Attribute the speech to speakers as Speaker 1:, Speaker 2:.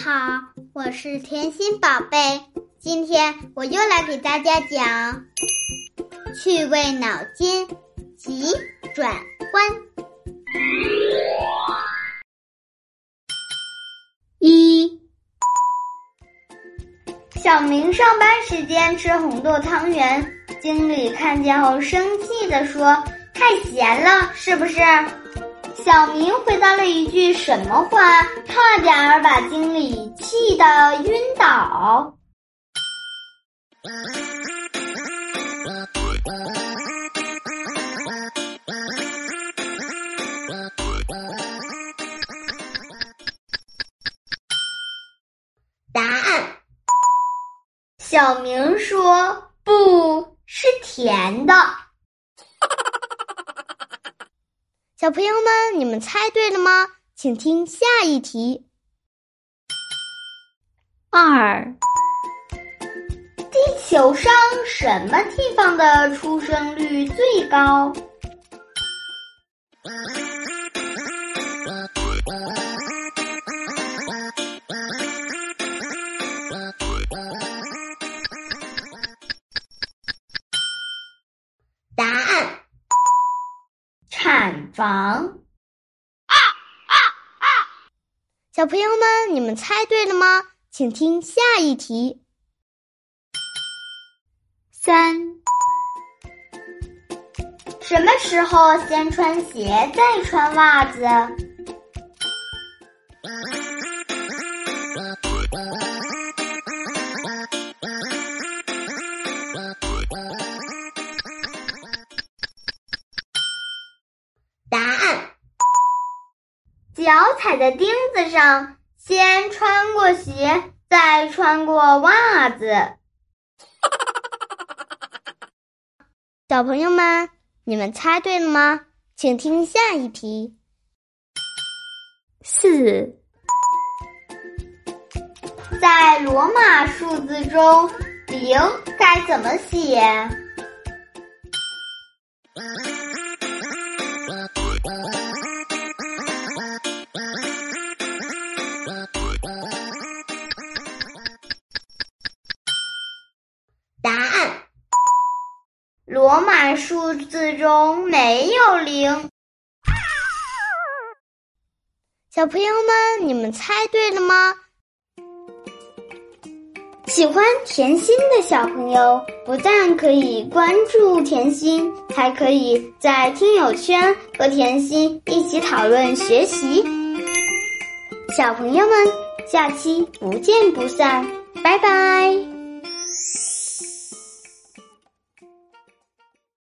Speaker 1: 好，我是甜心宝贝，今天我又来给大家讲趣味脑筋急转弯。一，小明上班时间吃红豆汤圆，经理看见后生气地说：“太咸了，是不是？”小明回答了一句什么话，差点儿把经理气得晕倒。答案：小明说不是甜的。小朋友们，你们猜对了吗？请听下一题。2，地球上什么地方的出生率最高？答案：产房。小朋友们，你们猜对了吗？请听下一题。3，什么时候先穿鞋再穿袜子？答案：脚踩在钉子上，先穿过鞋，再穿过袜子。小朋友们，你们猜对了吗？请听下一题。4，在罗马数字中，0该怎么写？答案：罗马数字中没有0。小朋友们，你们猜对了吗？喜欢甜心的小朋友，不但可以关注甜心，还可以在听友圈和甜心一起讨论学习。小朋友们，下期不见不散，拜拜。